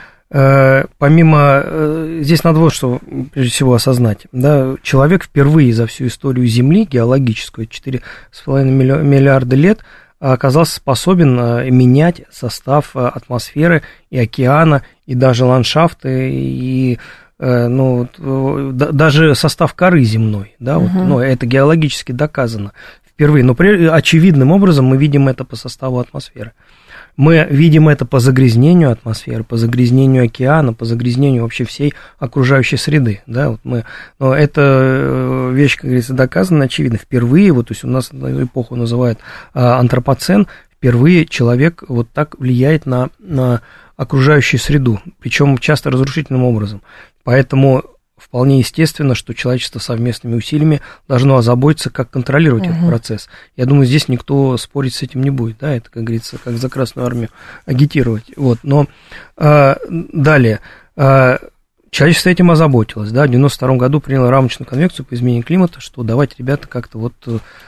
помимо, здесь надо вот что прежде всего осознать, да, человек впервые за всю историю Земли, геологическую, 4,5 миллиарда лет, оказался способен менять состав атмосферы и океана, и даже ландшафты, и ну, даже состав коры земной, да, вот, ну, это геологически доказано впервые, но очевидным образом мы видим это по составу атмосферы. Мы видим это по загрязнению атмосферы, по загрязнению океана, по загрязнению вообще всей окружающей среды, да, вот но эта вещь, как говорится, доказана, очевидно, впервые, вот, то есть у нас эпоху называют антропоцен, впервые человек вот так влияет на окружающую среду, причем часто разрушительным образом, поэтому вполне естественно, что человечество совместными усилиями должно озаботиться, как контролировать этот процесс. Я думаю, здесь никто спорить с этим не будет, да, это, как говорится, как за Красную Армию агитировать, вот, но далее, человечество этим озаботилось, да, в 1992 году приняло рамочную конвенцию по изменению климата, что давайте, ребята, как-то вот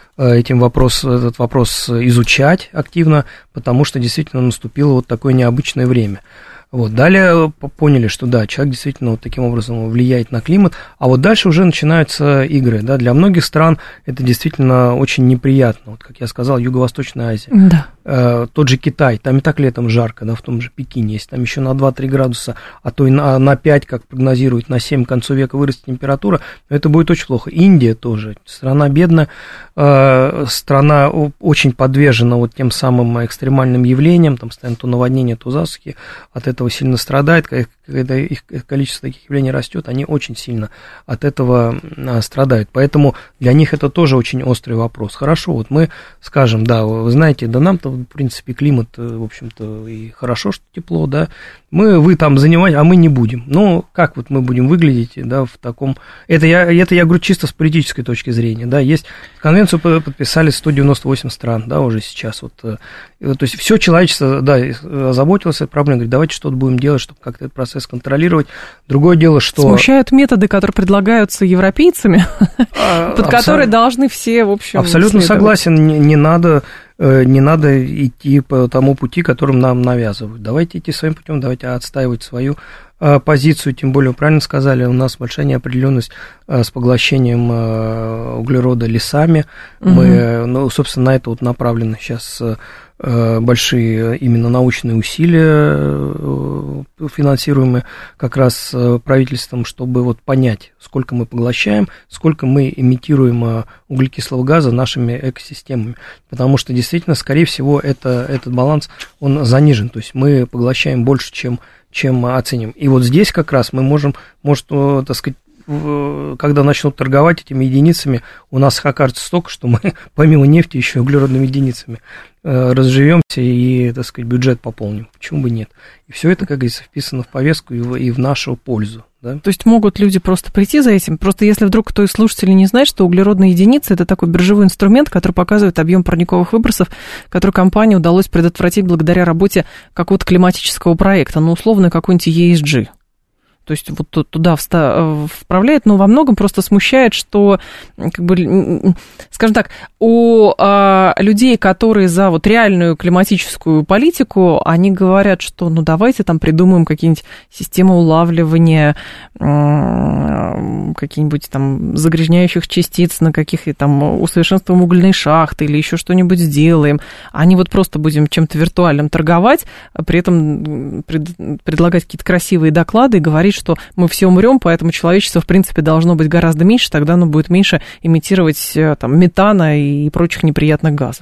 этот вопрос изучать активно, потому что действительно наступило вот такое необычное время. Вот, далее поняли, что да, человек действительно вот таким образом влияет на климат, а вот дальше уже начинаются игры, да, для многих стран это действительно очень неприятно, вот, как я сказал, Юго-Восточная Азия, тот же Китай, там и так летом жарко, да, в том же Пекине, если там еще на 2-3 градуса, а то и на 5, как прогнозируют, на 7 к концу века вырастет температура, это будет очень плохо. Индия тоже, страна бедная, страна очень подвержена вот тем самым экстремальным явлениям, там постоянно то наводнение, то засухи, от этого сильно страдает, когда их количество таких явлений растет, они очень сильно от этого страдают, поэтому для них это тоже очень острый вопрос. Хорошо, вот мы скажем, да, вы знаете, да нам-то, в принципе, климат, в общем-то, и хорошо, что тепло, да, вы там занимаетесь, а мы не будем. Ну, как вот мы будем выглядеть, да, в таком... Это я говорю чисто с политической точки зрения, да, есть... Конвенцию подписали 198 стран, да, уже сейчас, вот, то есть все человечество, да, озаботилось этой проблемой, говорит, давайте что-то будем делать, чтобы как-то этот процесс контролировать. Другое дело, что... Смущают методы, которые предлагаются европейцами, под которые должны все, в общем... Абсолютно согласен, не надо идти по тому пути, которым нам навязывают. Давайте идти своим путем, давайте отстаивать свою позицию, тем более, правильно сказали, у нас большая неопределенность с поглощением углерода лесами. Мы, ну, собственно, на это вот направлены сейчас большие именно научные усилия, финансируемые как раз правительством, чтобы вот понять, сколько мы поглощаем, сколько мы эмитируем углекислого газа нашими экосистемами, потому что действительно, скорее всего, этот баланс, он занижен, то есть мы поглощаем больше, чем оценим. И вот здесь как раз мы может, так сказать, когда начнут торговать этими единицами, у нас их окажется столько, что мы помимо нефти еще и углеродными единицами разживемся и, так сказать, бюджет пополним. Почему бы нет? И все это, как говорится, вписано в повестку и в нашу пользу. Да? То есть могут люди просто прийти за этим? Просто если вдруг кто из слушателей не знает, что углеродные единицы – это такой биржевой инструмент, который показывает объем парниковых выбросов, который компании удалось предотвратить благодаря работе какого-то климатического проекта, ну, условно, какой-нибудь ESG. То есть вот туда вправляет, но во многом просто смущает, что, как бы, скажем так, у людей, которые за вот реальную климатическую политику, они говорят, что ну давайте там придумаем какие-нибудь системы улавливания каких-нибудь там загрязняющих частиц, на каких-то там усовершенствуем угольные шахты или еще что-нибудь сделаем. Они вот просто будем чем-то виртуальным торговать, при этом предлагать какие-то красивые доклады и говорить, что мы все умрем, поэтому человечество, в принципе, должно быть гораздо меньше, тогда оно будет меньше имитировать там метана и прочих неприятных газов.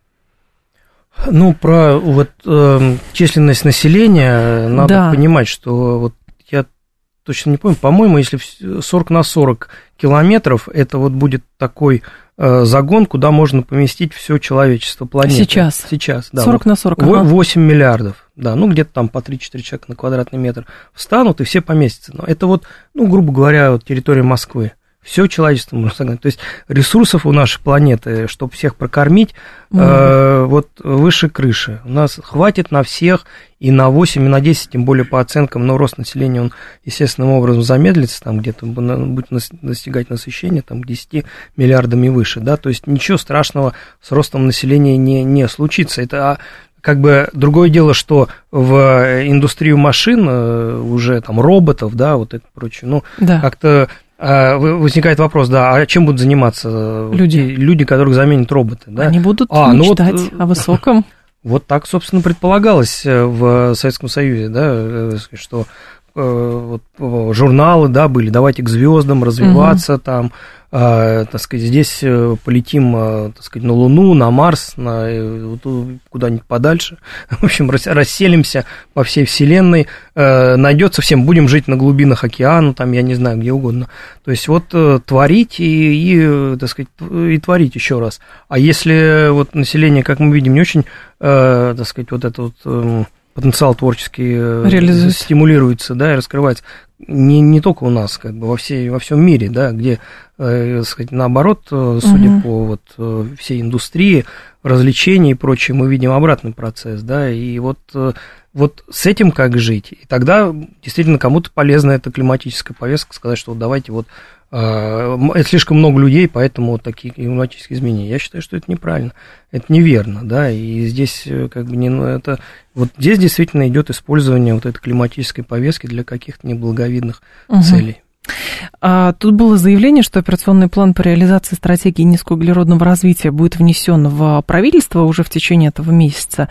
Ну, про вот численность населения надо понимать, что вот я точно не помню, по-моему, если 40 на 40 километров, это вот будет такой загон, куда можно поместить все человечество планеты. Сейчас, да. 40 на 40, 8 миллиардов, да, ну, где-то там по 3-4 человека на квадратный метр встанут, и все поместятся. Но это вот, ну, грубо говоря, вот территория Москвы. Все человечество можно согнать. То есть ресурсов у нашей планеты, чтобы всех прокормить, вот выше крыши. У нас хватит на всех и на 8, и на 10, тем более по оценкам, но рост населения, он естественным образом замедлится, там где-то будет достигать насыщения там, к 10 миллиардам и выше, да, то есть ничего страшного с ростом населения не случится. Это как бы другое дело, что в индустрию машин, уже там роботов, да, вот это прочее, ну, как-то возникает вопрос, да, а чем будут заниматься люди, которых заменят роботы, да? Они будут мечтать о высоком. Вот так, собственно, предполагалось в Советском Союзе, да, что вот, журналы, да, были, давайте к звездам развиваться, там, так сказать, здесь полетим, так сказать, на Луну, на Марс, куда-нибудь подальше, в общем, расселимся по всей Вселенной, найдется всем, будем жить на глубинах океана, там, я не знаю, где угодно, то есть вот творить и так сказать, и творить еще раз, а если вот население, как мы видим, не очень, так сказать, вот это вот потенциал творческий стимулируется, да, и раскрывается. Не только у нас, как бы во всем мире, да, где, так сказать, наоборот, судя по вот всей индустрии, развлечений и прочее, мы видим обратный процесс, да, и вот с этим как жить. И тогда действительно кому-то полезна эта климатическая повестка, сказать, что вот давайте вот это слишком много людей, поэтому вот такие климатические изменения. Я считаю, что это неправильно, это неверно, да, и здесь как бы это вот здесь действительно идет использование вот этой климатической повестки для каких-то неблаговидных целей. Тут было заявление, что операционный план по реализации стратегии низкоуглеродного развития будет внесен в правительство уже в течение этого месяца.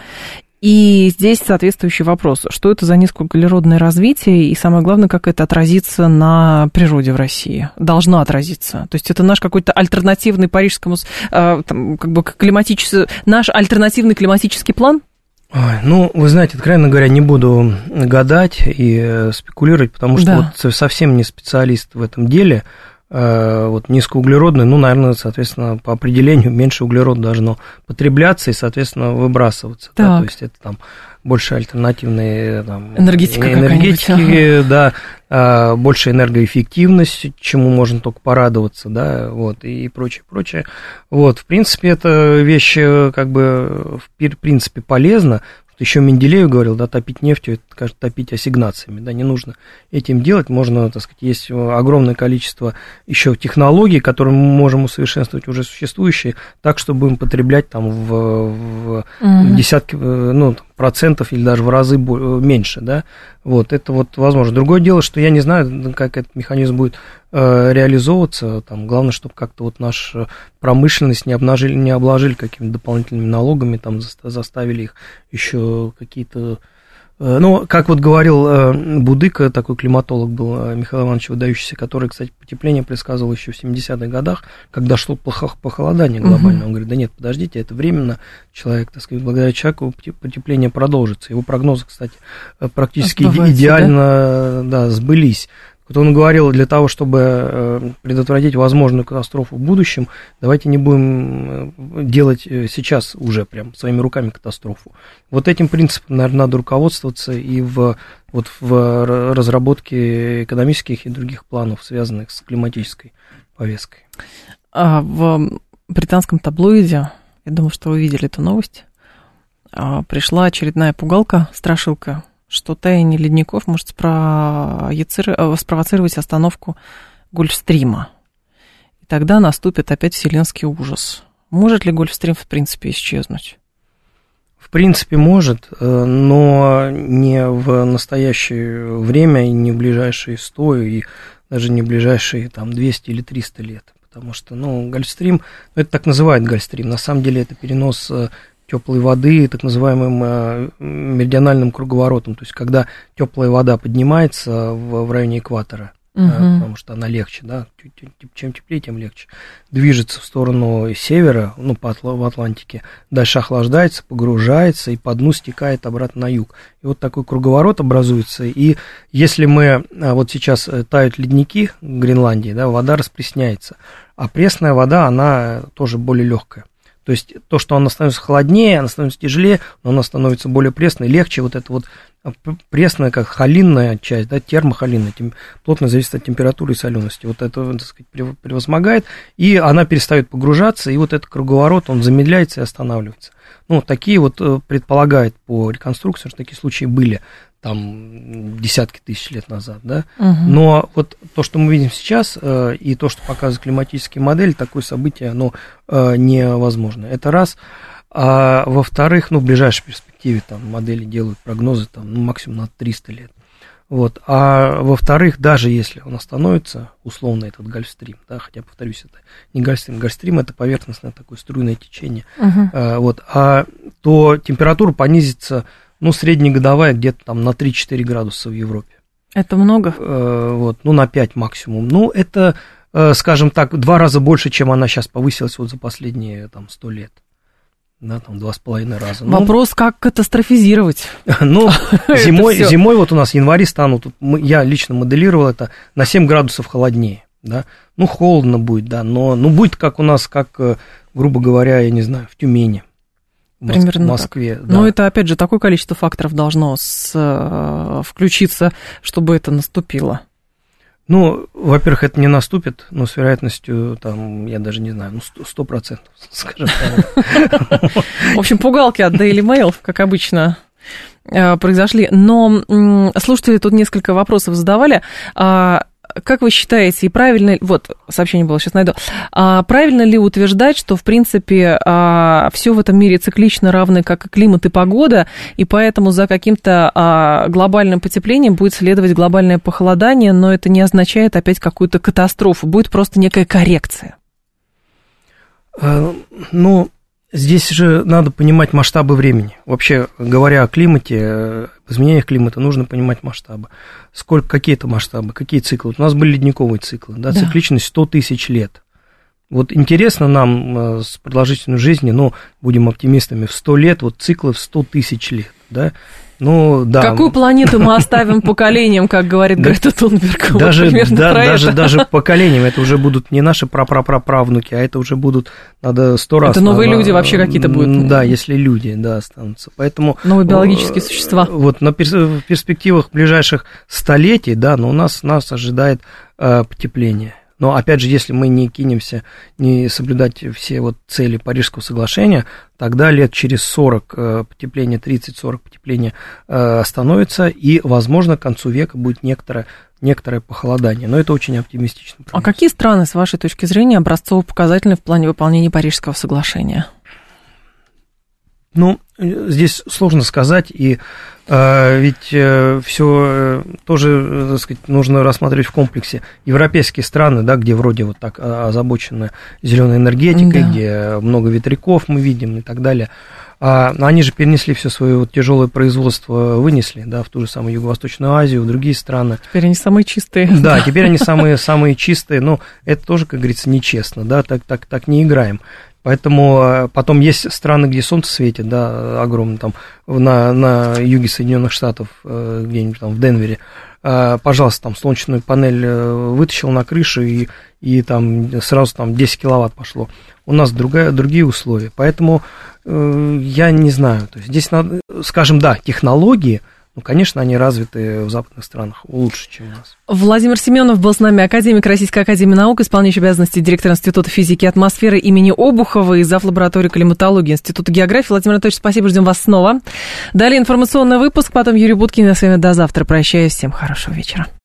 И здесь соответствующий вопрос, что это за низкоуглеродное развитие, и самое главное, как это отразится на природе в России, должно отразиться. То есть это наш какой-то альтернативный парижскому, как бы наш альтернативный климатический план? Ну, вы знаете, откровенно говоря, не буду гадать и спекулировать, потому что вот совсем не специалист в этом деле. Вот низкоуглеродный, ну, наверное, соответственно, по определению меньше углерода должно потребляться и, соответственно, выбрасываться. Да, то есть это там больше альтернативные там, энергетики, да, больше энергоэффективность, чему можно только порадоваться, да, вот, и прочее, прочее. Вот, в принципе, эта вещь как бы в принципе полезна. Еще Менделеев говорил, да, топить нефтью, это, кажется, топить ассигнациями, да, не нужно этим делать, можно, так сказать, есть огромное количество еще технологий, которые мы можем усовершенствовать уже существующие, так, чтобы им потреблять там в десятки, ну, процентов или даже в разы меньше, да, вот, это вот возможно. Другое дело, что я не знаю, как этот механизм будет реализовываться, там, главное, чтобы как-то вот нашу промышленность не обложили какими-то дополнительными налогами, там, заставили их еще какие-то... Ну, как вот говорил Будыка, такой климатолог был, Михаил Иванович выдающийся, который, кстати, потепление предсказывал еще в 70-х годах, когда шло похолодание глобальное. Он говорит, да нет, подождите, это временно, человек, так сказать, благодаря человеку потепление продолжится. Его прогнозы, кстати, практически идеально, да, сбылись. Вот он говорил, для того, чтобы предотвратить возможную катастрофу в будущем, давайте не будем делать сейчас уже прям своими руками катастрофу. Вот этим принципом, наверное, надо руководствоваться и в разработке экономических и других планов, связанных с климатической повесткой. В британском таблоиде, я думаю, что вы видели эту новость, пришла очередная пугалка, страшилка что таяние ледников может спровоцировать остановку Гольфстрима. И тогда наступит опять вселенский ужас. Может ли Гольфстрим, в принципе, исчезнуть? В принципе, может, но не в настоящее время, и не в ближайшие 100, и даже не в ближайшие там, 200 или 300 лет. Потому что, Гольфстрим, это так называют Гольфстрим, на самом деле это перенос теплой воды так называемым меридиональным круговоротом, то есть когда теплая вода поднимается в районе экватора, потому что она легче, да, чем теплее, тем легче, движется в сторону севера, в Атлантике, дальше охлаждается, погружается и по дну стекает обратно на юг. И вот такой круговорот образуется, и если вот сейчас тают ледники в Гренландии, да, вода распресняется, а пресная вода, она тоже более легкая. То есть то, что она становится холоднее, она становится тяжелее, но она становится более пресной, легче. Вот это вот пресная, как холинная часть, да, термохолинная, плотно зависит от температуры и солености. Вот это, так сказать, превозмогает, и она перестает погружаться, и вот этот круговорот, он замедляется и останавливается. Такие вот предполагают по реконструкции, что такие случаи были там десятки тысяч лет назад, да, но вот то, что мы видим сейчас, и то, что показывает климатические модели, такое событие, оно невозможно. Это раз. А во-вторых, в ближайшей перспективе там модели делают прогнозы там, максимум на 300 лет. Вот. А во-вторых, даже если он остановится, условно, этот Гольфстрим, да, хотя, повторюсь, это не Гольфстрим, Гольфстрим это поверхностное такое струйное течение, то температура понизится, среднегодовая где-то там на 3-4 градуса в Европе. Это много? На 5 максимум. Это, скажем так, 2 раза больше, чем она сейчас повысилась вот за последние там 100 лет. Да, там 2,5 раза. Вопрос, как катастрофизировать? Зимой вот у нас январи станут, я лично моделировал это, на 7 градусов холоднее, да. Холодно будет, да, но будет как у нас, грубо говоря, я не знаю, в Тюмени. Примерно в Москве. Так. Да. Но это, опять же, такое количество факторов должно включиться, чтобы это наступило. Во-первых, это не наступит, но с вероятностью, там, я даже не знаю, 100%, скажем так. В общем, пугалки от Daily Mail, как обычно, произошли. Но слушатели тут несколько вопросов задавали. Как вы считаете, и правильно, вот сообщение было, сейчас найду, правильно ли утверждать, что, в принципе, все в этом мире циклично, равно как и климат и погода, и поэтому за каким-то глобальным потеплением будет следовать глобальное похолодание, но это не означает опять какую-то катастрофу, будет просто некая коррекция? Здесь же надо понимать масштабы времени. Вообще, говоря о климате, изменениях климата, нужно понимать масштабы. Какие это масштабы, какие циклы? У нас были ледниковые циклы, да, цикличность 100 тысяч лет. Вот интересно нам с продолжительностью жизни, будем оптимистами, в 100 лет, вот циклы в 100 тысяч лет, да. Да. Какую планету мы оставим поколениям, как говорит Грета Тунберг? Даже поколениям, это уже будут не наши праправнуки, а это уже будут, надо 100 раз. Это новые люди вообще какие-то будут. Да, если люди, останутся. Поэтому новые биологические существа. Вот в перспективах ближайших столетий, но нас ожидает потепление. Но, опять же, если мы не кинемся не соблюдать все вот цели Парижского соглашения, тогда лет через 40 потепление, 30-40 потепление остановится, и, возможно, к концу века будет некоторое похолодание. Но это очень оптимистично. А какие страны, с вашей точки зрения, образцово-показательны в плане выполнения Парижского соглашения? Здесь сложно сказать, и ведь все тоже, так сказать, нужно рассматривать в комплексе. Европейские страны, да, где вроде вот так озабочены зеленой энергетикой, где много ветряков мы видим и так далее, они же перенесли все свое вот тяжелое производство, вынесли, да, в ту же самую Юго-Восточную Азию, в другие страны. Теперь они самые чистые. Да, теперь они самые чистые, но это тоже, как говорится, нечестно, да, так не играем. Поэтому потом есть страны, где солнце светит, да, огромно, там, на юге Соединенных Штатов, где-нибудь там в Денвере, пожалуйста, там солнечную панель вытащил на крышу, и там сразу там 10 киловатт пошло. У нас другие условия, поэтому я не знаю, то есть здесь надо, скажем, да, технологии, Ну, конечно, они развиты в западных странах лучше, чем у нас. Владимир Семенов был с нами, академик Российской академии наук, исполняющий обязанности директора Института физики и атмосферы имени Обухова и зав. Лаборатории климатологии Института географии. Владимир Анатольевич, спасибо, ждем вас снова. Далее информационный выпуск, потом Юрий Буткин. Я с вами до завтра прощаюсь. Всем хорошего вечера.